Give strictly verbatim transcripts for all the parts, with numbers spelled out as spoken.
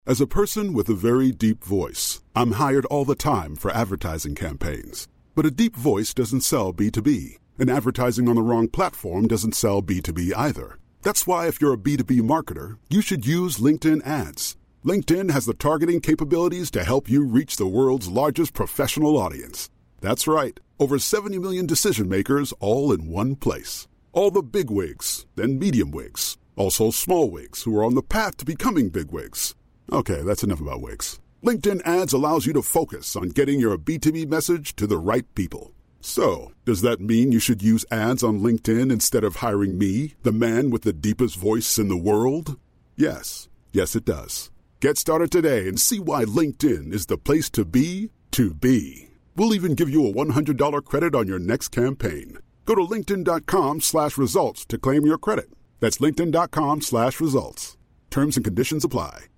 As a person with a very deep voice, I'm hired all the time for advertising campaigns. But a deep voice doesn't sell B two B, and advertising on the wrong platform doesn't sell B two B either. That's why if you're a B two B marketer, you should use LinkedIn ads. LinkedIn has the targeting capabilities to help you reach the world's largest professional audience. That's right, over seventy million decision makers all in one place. All the big wigs, then medium wigs, also small wigs who are on the path to becoming big wigs. Okay, that's enough about wigs. LinkedIn ads allows you to focus on getting your B two B message to the right people. So, does that mean you should use ads on LinkedIn instead of hiring me, the man with the deepest voice in the world? Yes. Yes, it does. Get started today and see why LinkedIn is the place to be to be. We'll even give you a one hundred dollars credit on your next campaign. Go to linkedin.com slash results to claim your credit. That's linkedin.com slash results. Terms and conditions apply.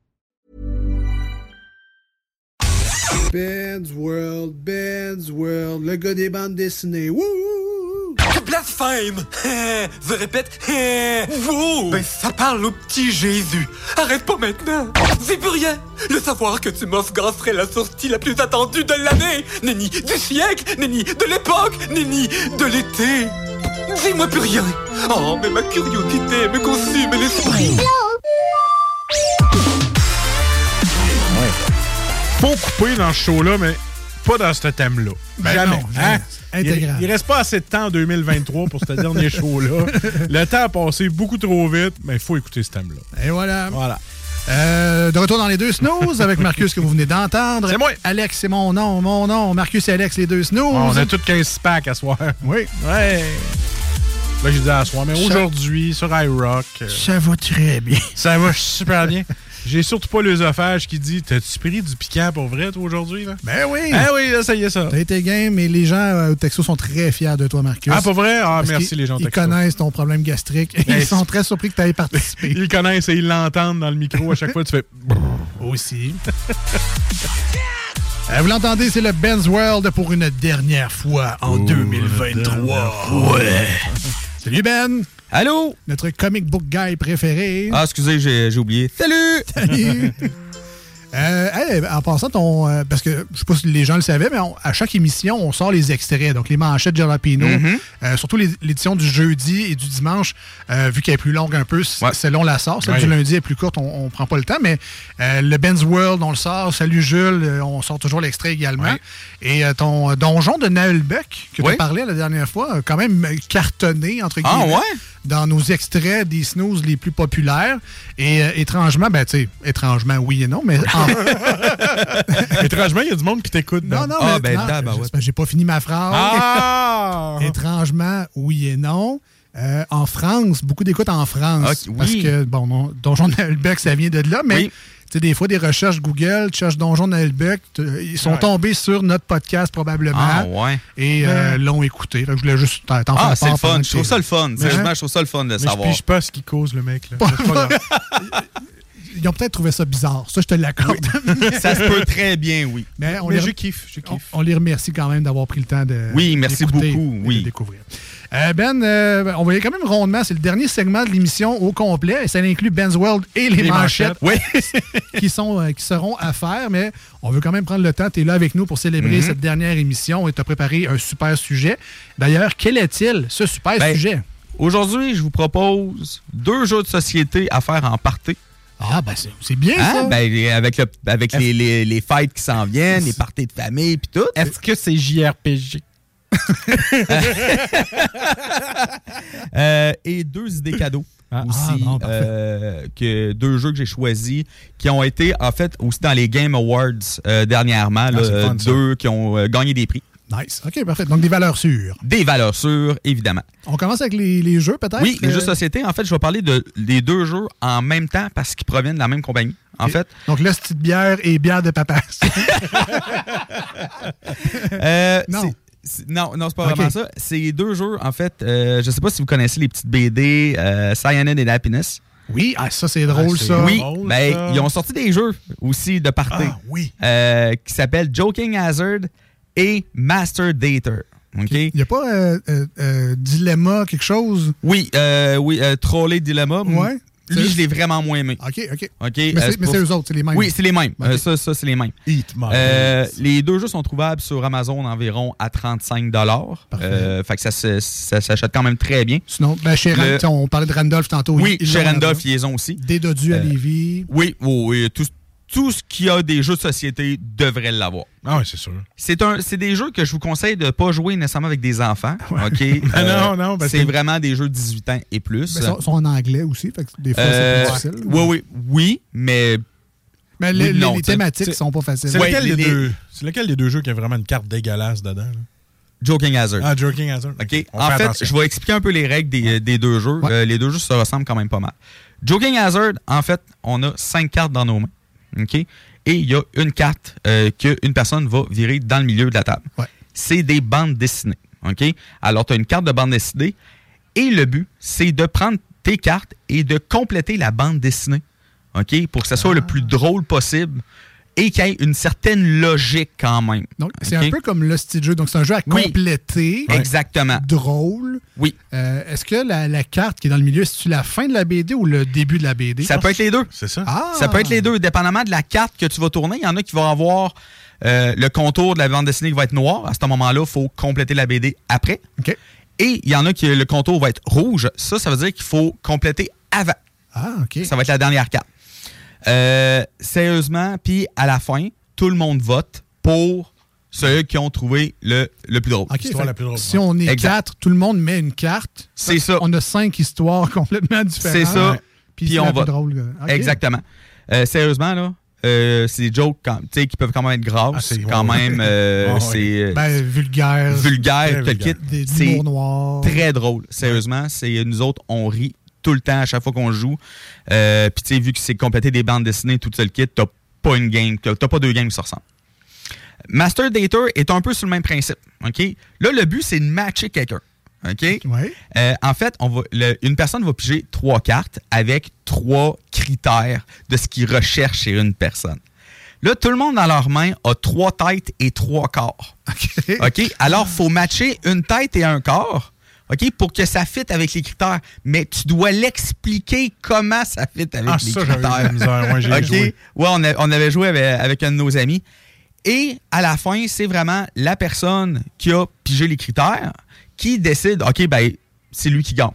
Ben's World, Ben's World, le gars des bandes dessinées. Wouh! Tu blasphèmes! Je répète, wow! Ben, ça parle au petit Jésus. Arrête pas maintenant! C'est plus rien! Le savoir que tu m'offres serait la sortie la plus attendue de l'année! Nenni du siècle! Nenni de l'époque! Nenni de l'été! Dis-moi plus rien! Oh, mais ma curiosité me consume l'esprit! Faut couper dans ce show-là, mais pas dans ce thème-là. Ben Jamais. non, hein? Intégral. Il, il reste pas assez de temps en deux mille vingt-trois pour ce dernier show-là. Le temps a passé beaucoup trop vite, mais il faut écouter ce thème-là. Et voilà. Voilà. Euh, de retour dans les deux snooze avec Marcus que vous venez d'entendre. C'est moi. Alex, c'est mon nom, mon nom. Marcus et Alex, les deux snooze. On a tous quinze packs à soir. Oui. Ouais. Là, j'ai dit à soir, mais Ça... aujourd'hui, sur iRock... Euh, ça va très bien. Ça va super bien. J'ai surtout pas l'œsophage qui dit « T'as-tu pris du piquant pour vrai, toi, aujourd'hui? » Ben oui. Ben oui, là, ça y est, ça. T'as été game, et les gens euh, au Texo sont très fiers de toi, Marcus. Ah, pas vrai? Ah, merci, les gens au Texo. Ils connaissent ton problème gastrique. Et Ben, ils sont très surpris que tu aies participé. Ils connaissent et ils l'entendent dans le micro. À chaque fois, tu fais... Aussi. euh, vous l'entendez, c'est le Ben's World pour une dernière fois en oh, deux mille vingt-trois. Ouais. Salut, Ben. Allô? Notre comic book guy préféré. Ah, excusez, j'ai, j'ai oublié. Salut! Salut! euh, hey, en passant, ton, euh, parce que je sais pas si les gens le savaient, mais on, à chaque émission, on sort les extraits. Donc, les manchettes de Jalapeno, mm-hmm. euh, surtout les, l'édition du jeudi et du dimanche, euh, vu qu'elle est plus longue un peu, ouais. selon la sort. Celle ouais. du lundi est plus courte, on, on prend pas le temps. Mais euh, le Ben's World, on le sort. Salut Jules, euh, on sort toujours l'extrait également. Ouais. Et euh, ton donjon de Naël Buck, que ouais. tu as parlé la dernière fois, a quand même cartonné, entre guillemets. Ah ouais? Dans nos extraits des snooze les plus populaires. Et euh, étrangement, ben tu sais, étrangement, oui et non, mais... En... étrangement, il y a du monde qui t'écoute. Non, non, ah, mais... ben, non, ben, ben, ouais. J'ai pas fini ma phrase. Ah! Étrangement, oui et non. Euh, en France, beaucoup d'écoutes en France. Okay, oui. Parce que, bon, non, Donjon de Naël-Buck, ça vient de là, mais... Oui. Tu sais, des fois, des recherches Google, tu cherches Donjon de Naël-Buck, ils sont ouais. tombés sur notre podcast probablement. Ah, ouais. Et euh, ouais. l'ont écouté. Fait que je voulais juste t'en faire Ah, c'est le fun. Que je trouve ça le fun. Sérieusement, je trouve ça le fun de mais savoir. Je pige pas ce qui cause le mec. Là. Ils ont peut-être trouvé ça bizarre. Ça, je te l'accorde. Oui. Ça se peut très bien, oui. Mais, on mais les... je kiffe. Je kiffe. On, on les remercie quand même d'avoir pris le temps de Oui, merci beaucoup. Oui. de découvrir. Euh, Ben, euh, on va y aller quand même rondement. C'est le dernier segment de l'émission au complet. Et ça inclut Ben's World et les, les manchettes, manchettes. Oui. qui, sont, euh, qui seront à faire. Mais on veut quand même prendre le temps. Tu es là avec nous pour célébrer mm-hmm. cette dernière émission et tu as préparé un super sujet. D'ailleurs, quel est-il, ce super ben, sujet? Aujourd'hui, je vous propose deux jeux de société à faire en party. Ah, ben c'est, c'est bien, hein? ça. Ben, avec le, avec les, les, les fêtes qui s'en viennent, les parties de famille, puis tout. Est-ce que c'est J R P G? euh, et deux idées cadeaux. Ah, aussi, ah, bon, euh, que deux jeux que j'ai choisis qui ont été, en fait, aussi dans les Game Awards euh, dernièrement. Ah, là, fun, deux ça. Qui ont euh, gagné des prix. Nice. OK, parfait. Donc, des valeurs sûres. Des valeurs sûres, évidemment. On commence avec les, les jeux, peut-être? Oui, les euh... jeux de société. En fait, je vais parler de, des deux jeux en même temps parce qu'ils proviennent de la même compagnie. En okay. fait. Donc, là, c'est bière et bière de papa. euh, non. C'est... Non, non, c'est pas okay. vraiment ça. C'est deux jeux, en fait. Euh, je sais pas si vous connaissez les petites B D euh, Cyanide and Happiness. Oui, ah, ça, c'est drôle, ah, c'est ça. Oui, drôle, ben, ça. Ils ont sorti des jeux aussi de party. Ah, oui. Euh, qui s'appellent Joking Hazard et Master Dater. OK? Il n'y a pas euh, euh, euh, Dilemma, quelque chose? Oui, euh, oui euh, Trolley Dilemma. Ouais. Lui, je l'ai vraiment moins aimé. OK, OK. OK. Mais euh, c'est, mais pour... c'est eux autres, c'est les mêmes. Oui, c'est les mêmes. Okay. Euh, ça, ça, c'est les mêmes. Eat my euh, les deux jeux sont trouvables sur Amazon environ à trente-cinq dollars. Parfait. Euh, fait que ça, ça, ça s'achète quand même très bien. Sinon, ben, chez Le... Rand... on parlait de Randolph tantôt. Oui, ils chez Randolph, ils les ont aussi. Des dodus euh, à Lévis. Oui, oui, oui. Tout, tout ce qui a des jeux de société devrait l'avoir. Ah oui, c'est sûr. C'est, un, c'est des jeux que je vous conseille de ne pas jouer nécessairement avec des enfants. Ouais. OK? Ah euh, non, non. c'est que... vraiment des jeux de dix-huit ans et plus. Ils sont, sont en anglais aussi, fait que des fois, euh, c'est plus difficile. Oui, oui, oui, mais... Mais oui, les, non, les thématiques ne sont pas faciles. C'est, ouais, lequel les, des les... deux, c'est lequel des deux jeux qui a vraiment une carte dégueulasse dedans? Là? Joking Hazard. Ah, Joking Hazard. OK. On en fait fait, attention. je vais expliquer un peu les règles des, des deux jeux. Ouais. Euh, les deux jeux se ressemblent quand même pas mal. Joking Hazard, en fait, on a cinq cartes dans nos mains. OK? Et il y a une carte euh, qu'une personne va virer dans le milieu de la table. Ouais. C'est des bandes dessinées. OK? Alors, tu as une carte de bande dessinée et le but, c'est de prendre tes cartes et de compléter la bande dessinée. OK? Pour que ça soit ah. le plus drôle possible et qu'il y ait une certaine logique quand même. Donc, c'est okay? un peu comme le style de jeu. Donc, c'est un jeu à oui. compléter. Exactement. Drôle. Oui. Euh, est-ce que la, la carte qui est dans le milieu, c'est-tu la fin de la B D ou le début de la B D? Ça peut être les deux. C'est ça. Ah. Ça peut être les deux, dépendamment de la carte que tu vas tourner. Il y en a qui vont avoir euh, le contour de la bande dessinée qui va être noir. À ce moment-là, il faut compléter la B D après. OK. Et il y en a qui le contour va être rouge. Ça, ça veut dire qu'il faut compléter avant. Ah, OK. Ça va être la dernière carte. Euh, sérieusement, puis à la fin, tout le monde vote pour ceux qui ont trouvé le, le plus drôle. Okay, L'histoire la plus drôle. Si on est exact. quatre, tout le monde met une carte. C'est ça. On a cinq histoires complètement différentes. C'est ça. Ouais. Puis, puis c'est on la plus vote. drôle. Okay. Exactement. Euh, sérieusement, là, euh, c'est des jokes quand, qui peuvent quand même être graves. Ah, c'est quand ouais. même, euh, oh, c'est ouais. Ben, vulgaire. vulgaire. Très vulgaire. Des C'est humours noirs. très drôle. Sérieusement, ouais. c'est nous autres, on rit tout le temps à chaque fois qu'on joue. Euh, Puis tu sais, vu que c'est compléter des bandes dessinées, tout le kit, t'as pas une game, t'as pas deux games qui se ressemblent. Master Dater est un peu sur le même principe. OK? Là, le but, c'est de matcher quelqu'un. OK? Ouais. Euh, en fait, on va, le, une personne va piger trois cartes avec trois critères de ce qu'il recherche chez une personne. Là, tout le monde dans leurs mains a trois têtes et trois corps. OK. OK? Alors, il faut matcher une tête et un corps. OK? Pour que ça fitte avec les critères. Mais tu dois l'expliquer comment ça fitte avec ah, les ça, critères. J'avais eu de la misère. Ouais, j'ai OK? joué. Ouais, on, a, on avait joué avec, avec un de nos amis. Et à la fin, c'est vraiment la personne qui a pigé les critères qui décide, OK, ben, c'est lui qui gagne.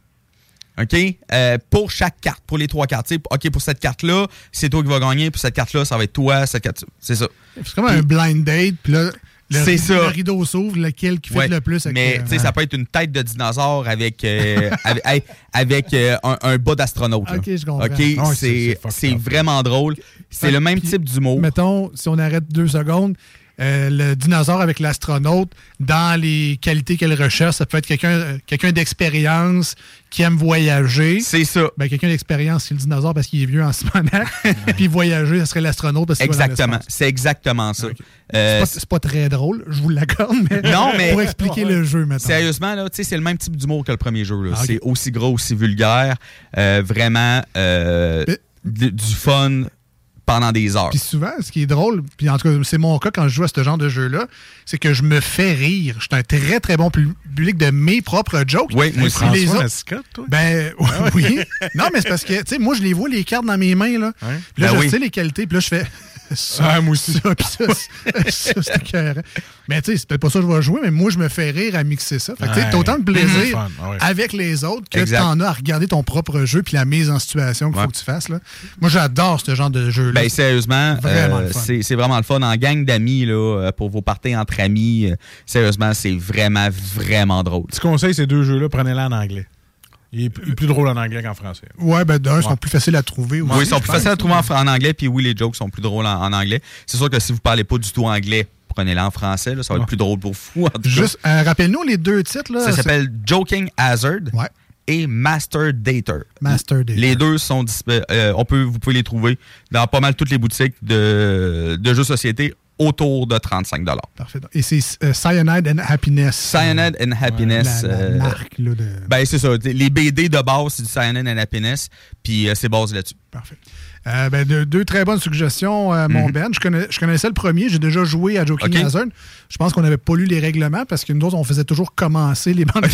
OK? Euh, pour chaque carte, pour les trois cartes. T'sais, OK, pour cette carte-là, c'est toi qui vas gagner. Pour cette carte-là, ça va être toi. Cette carte c'est ça. C'est comme puis, un blind date. Puis là, le, c'est rideau, ça. le rideau s'ouvre, lequel qui fait ouais, le plus. Avec mais euh, tu sais, ça peut être une tête de dinosaure avec, euh, avec, avec euh, un, un bas d'astronaute. OK, là. je comprends. OK, ouais, c'est, c'est, c'est, c'est vraiment drôle. C'est fait, le même puis, type d'humour. Mettons, si on arrête deux secondes, euh, le dinosaure avec l'astronaute, dans les qualités qu'elle recherche, ça peut être quelqu'un, euh, quelqu'un d'expérience qui aime voyager. C'est ça. Ben, quelqu'un d'expérience, c'est le dinosaure parce qu'il est vieux en Simonac. Puis voyager, ça serait l'astronaute parce qu'il Exactement. va dans C'est exactement ça. Okay. Euh, c'est, pas, c'est pas très drôle, je vous l'accorde, mais, non, mais pour expliquer ouais. le jeu maintenant. Sérieusement, là, c'est le même type d'humour que le premier jeu. Là. Ah, okay. C'est aussi gros, aussi vulgaire. Euh, vraiment euh, mais, d- du fun pendant des heures. Puis souvent, ce qui est drôle, puis en tout cas, c'est mon cas quand je joue à ce genre de jeu-là, c'est que je me fais rire. Je suis un très, très bon public de mes propres jokes. Oui, moi aussi. François les autres, Mascotte, toi? Ben, ah ouais. oui. Non, mais c'est parce que, tu sais, moi, je les vois, les cartes dans mes mains, là. Ouais. Puis là, ben je oui. sais les qualités, puis là, je fais... Ça, ah, moi aussi. Ça, puis ça, ça, c'est écœurant. Mais tu sais, c'est peut-être pas ça que je vais jouer, mais moi, je me fais rire à mixer ça. Fait que tu sais, t'as autant de plaisir ah ouais. avec les autres que exact. t'en as à regarder ton propre jeu puis la mise en situation qu'il ouais. faut que tu fasses. Là. Moi, j'adore ce genre de jeu-là. Ben, sérieusement, vraiment euh, c'est, c'est vraiment le fun. En gang d'amis, là, pour vos parties entre amis, euh, sérieusement, c'est vraiment, vraiment drôle. Petit conseil, ces deux jeux-là, prenez-les en anglais. Il est plus drôle en anglais qu'en français. Ouais, ben d'un, ils ouais. sont plus faciles à trouver. Aussi, oui, ils sont plus pense. faciles à trouver en, en anglais, puis oui, les jokes sont plus drôles en, en anglais. C'est sûr que si vous parlez pas du tout anglais, prenez-les en français, là, ça va ouais. être plus drôle pour vous. En tout Juste, euh, rappelle-nous les deux titres. Là, ça s'appelle Joking Hazard ouais. et Master Dater. Master Dater. Les deux sont disponibles. Euh, on peut, vous pouvez les trouver dans pas mal toutes les boutiques de, de jeux de société autour de trente-cinq dollars. Parfait. Et c'est euh, Cyanide and Happiness. Cyanide and Happiness. Ouais, la, la euh, marque, là, de... Ben, c'est ça. Les B D de base, c'est du Cyanide and Happiness, puis euh, c'est basé là-dessus. Parfait. Euh, ben, deux, deux très bonnes suggestions, euh, mon mm-hmm. Ben. Je, connais, je connaissais le premier. J'ai déjà joué à Joking okay. Hazard. Je pense qu'on n'avait pas lu les règlements parce que nous autres, on faisait toujours commencer les bandes.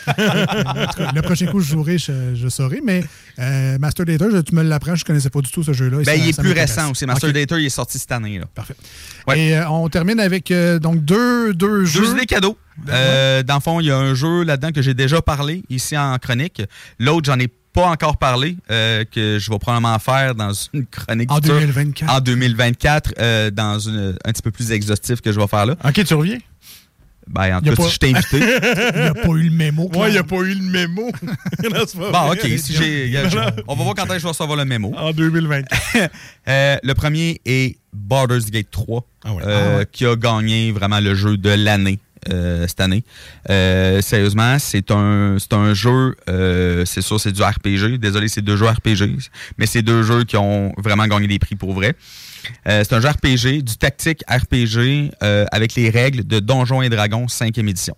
Le prochain coup, je jouerai, je, je saurai. Mais euh, Master Data, tu me l'apprends, je ne connaissais pas du tout ce jeu-là. Ben, ça, il est ça plus récent aussi. Master okay. Data, il est sorti cette année. Là. Parfait. Ouais. Et euh, on termine avec euh, donc deux, deux jeux. Deux idées cadeaux. Euh, ouais. Dans le fond, il y a un jeu là-dedans que j'ai déjà parlé ici en chronique. L'autre, j'en ai pas encore parlé, euh, que je vais probablement faire dans une chronique en future, deux mille vingt-quatre. En deux mille vingt-quatre, euh, dans une un petit peu plus exhaustif que je vais faire là. OK, tu reviens? Ben, en tout cas, pas... si je t'ai invité. Il n'a pas eu le mémo. Ouais, il n'a pas eu le mémo. Non, bon, OK. Si j'ai, on va voir quand est-ce que je vais recevoir le mémo. En deux mille vingt-quatre. euh, le premier est Baldur's Gate trois, ah ouais. Euh, ah ouais. qui a gagné vraiment le jeu de l'année. Euh, cette année. Euh, sérieusement, c'est un c'est un jeu, euh, c'est sûr, c'est du R P G. Désolé, c'est deux jeux R P G, mais c'est deux jeux qui ont vraiment gagné des prix pour vrai. Euh, c'est un jeu R P G, du tactique R P G euh, avec les règles de Donjons et Dragons cinquième édition.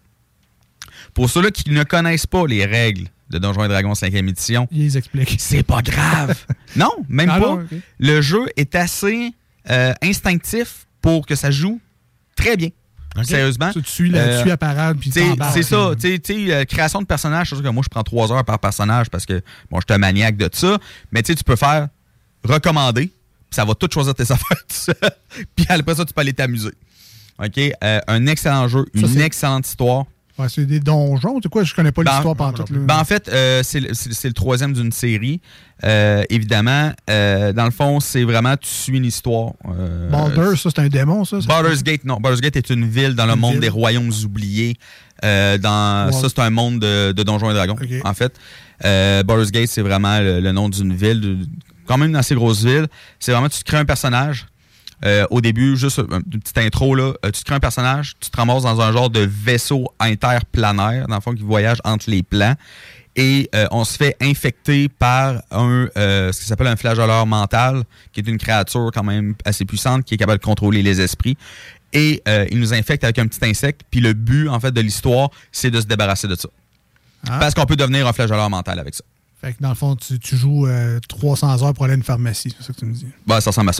Pour ceux-là qui ne connaissent pas les règles de Donjons et Dragons cinquième édition, ils les expliquent. C'est pas grave. Non, même ah pas. Non, okay. Le jeu est assez euh, instinctif pour que ça joue très bien. Okay. Sérieusement. Tu suis là-dessus euh, à parade puis c'est ça. Tu sais, euh, création de personnages, c'est sûr que moi, je prends trois heures par personnage parce que bon, je suis un maniaque de ça. Mais tu sais, tu peux faire recommander, puis ça va tout choisir tes affaires tout seul. Puis après ça, tu peux aller t'amuser. OK? Euh, un excellent jeu, ça, une c'est... excellente histoire. Ouais, c'est des donjons, tu sais quoi? Je connais pas ben, l'histoire pantoute. Ben en fait, euh, c'est, c'est, c'est le troisième d'une série. Euh, évidemment, euh, dans le fond, c'est vraiment, tu suis une histoire. Euh, Baldur's, ça, c'est un démon, ça? Baldur's Gate, non. Baldur's Gate est une ville dans le une monde ville. des royaumes oubliés. Euh, dans, wow. Ça, c'est un monde de, de Donjons et Dragons, okay. en fait. Euh, Baldur's Gate, c'est vraiment le, le nom d'une ville, de, quand même une assez grosse ville. C'est vraiment, tu te crées un personnage. Euh, au début, juste une petite intro, là, euh, tu te crées un personnage, tu te ramasses dans un genre de vaisseau interplanaire, dans le fond, qui voyage entre les plans. Et euh, on se fait infecter par un euh, ce qui s'appelle un flageoleur mental, qui est une créature quand même assez puissante, qui est capable de contrôler les esprits. Et euh, il nous infecte avec un petit insecte. Puis le but, en fait, de l'histoire, c'est de se débarrasser de ça. Ah. Parce qu'on peut devenir un flageoleur mental avec ça. Fait que dans le fond, tu, tu joues euh, trois cents heures pour aller à une pharmacie, c'est ça que tu me dis? Ben, ça ressemble à ça.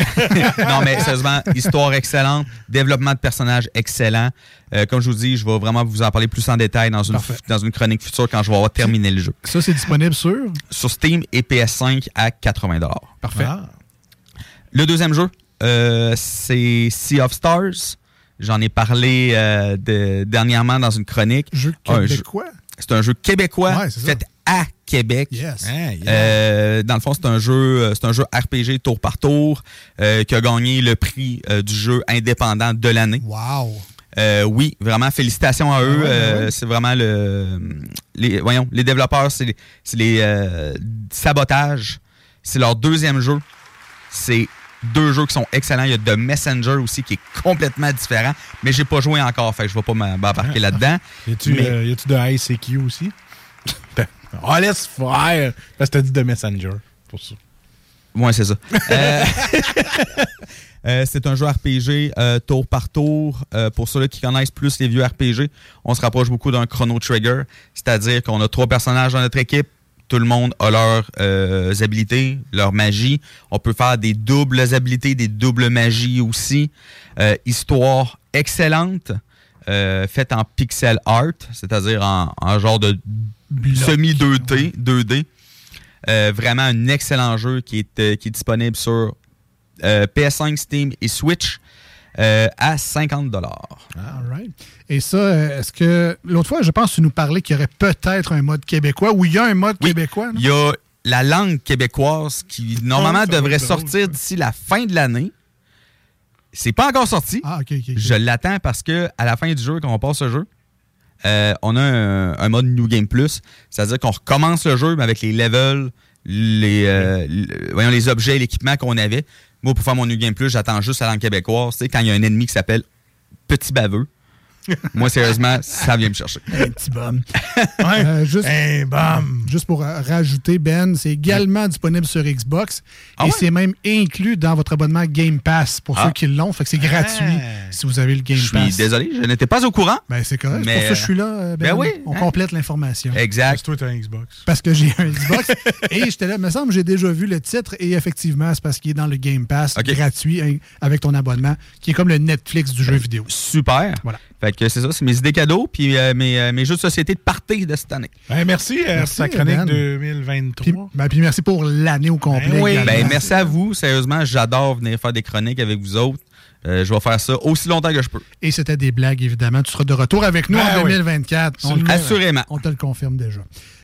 Non, mais sérieusement, histoire excellente, développement de personnages excellent. Euh, comme je vous dis, je vais vraiment vous en parler plus en détail dans une, dans une chronique future quand je vais avoir terminé le jeu. Ça, c'est disponible sur? Sur Steam et P S cinq à quatre-vingts dollars. Parfait. Ah. Le deuxième jeu, euh, c'est Sea of Stars. J'en ai parlé euh, de, dernièrement dans une chronique. Jeu québécois? Un jeu, c'est un jeu québécois ouais, fait à Québec. Yes. Hey, yeah. euh, dans le fond, c'est un jeu, c'est un jeu R P G tour par tour euh, qui a gagné le prix euh, du jeu indépendant de l'année. Wow. Euh, oui, vraiment félicitations à eux. Ah ouais, euh, ouais. C'est vraiment le, les, voyons, les développeurs, c'est les, c'est les euh, Sabotage. C'est leur deuxième jeu. C'est deux jeux qui sont excellents. Il y a The Messenger aussi qui est complètement différent, mais j'ai pas joué encore, fait que je vais pas m'embarquer là-dedans. Y a-tu, mais... euh, y a-tu de I C Q aussi? Oh, laisse faire! Parce que t'as dit The Messenger, pour ça. Ouais, c'est ça. euh, euh, c'est un jeu R P G euh, tour par tour. Euh, pour ceux-là qui connaissent plus les vieux R P G, on se rapproche beaucoup d'un Chrono Trigger, c'est-à-dire qu'on a trois personnages dans notre équipe. Tout le monde a leurs euh, habilités, leur magie. On peut faire des doubles habilités, des doubles magies aussi. Euh, histoire excellente, euh, faite en pixel art, c'est-à-dire en, en genre de semi deux D. deux D. Euh, vraiment un excellent jeu qui est, euh, qui est disponible sur euh, P S cinq, Steam et Switch euh, à cinquante dollars. All right. Et ça, est-ce que... L'autre fois, je pense que tu nous parlais qu'il y aurait peut-être un mode québécois ou il y a un mode oui, québécois. Il y a la langue québécoise qui, normalement, oh, devrait sortir drôle, d'ici la fin de l'année. C'est pas encore sorti. Ah, OK, OK. okay. Je l'attends parce que à la fin du jeu, quand on passe ce jeu, euh, on a un, un mode New Game Plus. C'est-à-dire qu'on recommence le jeu mais avec les levels, les, euh, les, voyons, les objets, l'équipement qu'on avait. Moi, pour faire mon New Game Plus, j'attends juste la langue québécoise. Tu sais, quand il y a un ennemi qui s'appelle Petit Baveux, Moi, sérieusement, ça vient me chercher. Un petit bum. Ouais. Euh, juste, Hey, bam! juste pour euh, rajouter, Ben, c'est également disponible sur Xbox Ah et ouais? c'est même inclus dans votre abonnement Game Pass pour Ah. ceux qui l'ont. Fait que c'est gratuit Ah. si vous avez le Game Je Pass. suis désolé, je n'étais pas au courant. Ben, c'est correct. C'est Mais, pour ça que je suis là, euh, Ben. ben oui, On hein. complète l'information. Parce Exact. que toi, t'as un Xbox. Parce que j'ai un Xbox. Et j'étais là, il me semble que j'ai déjà vu le titre. Et effectivement, c'est parce qu'il est dans le Game Pass OK. gratuit hein, avec ton abonnement, qui est comme le Netflix du jeu vidéo. Super. Voilà. Fait que c'est ça, c'est mes idées cadeaux puis euh, mes, euh, mes jeux de société de party de cette année. Ben, merci, euh, Merci, pour ta chronique Ben. deux mille vingt-trois. Puis, ben, puis merci pour l'année au complet. Ben oui. également. Ben, merci à vous. Sérieusement, j'adore venir faire des chroniques avec vous autres. Euh, je vais faire ça aussi longtemps que je peux. Et c'était des blagues, évidemment. Tu seras de retour avec nous Ben en oui. deux mille vingt-quatre. On, Absolument. le- Assurément. on te le confirme déjà.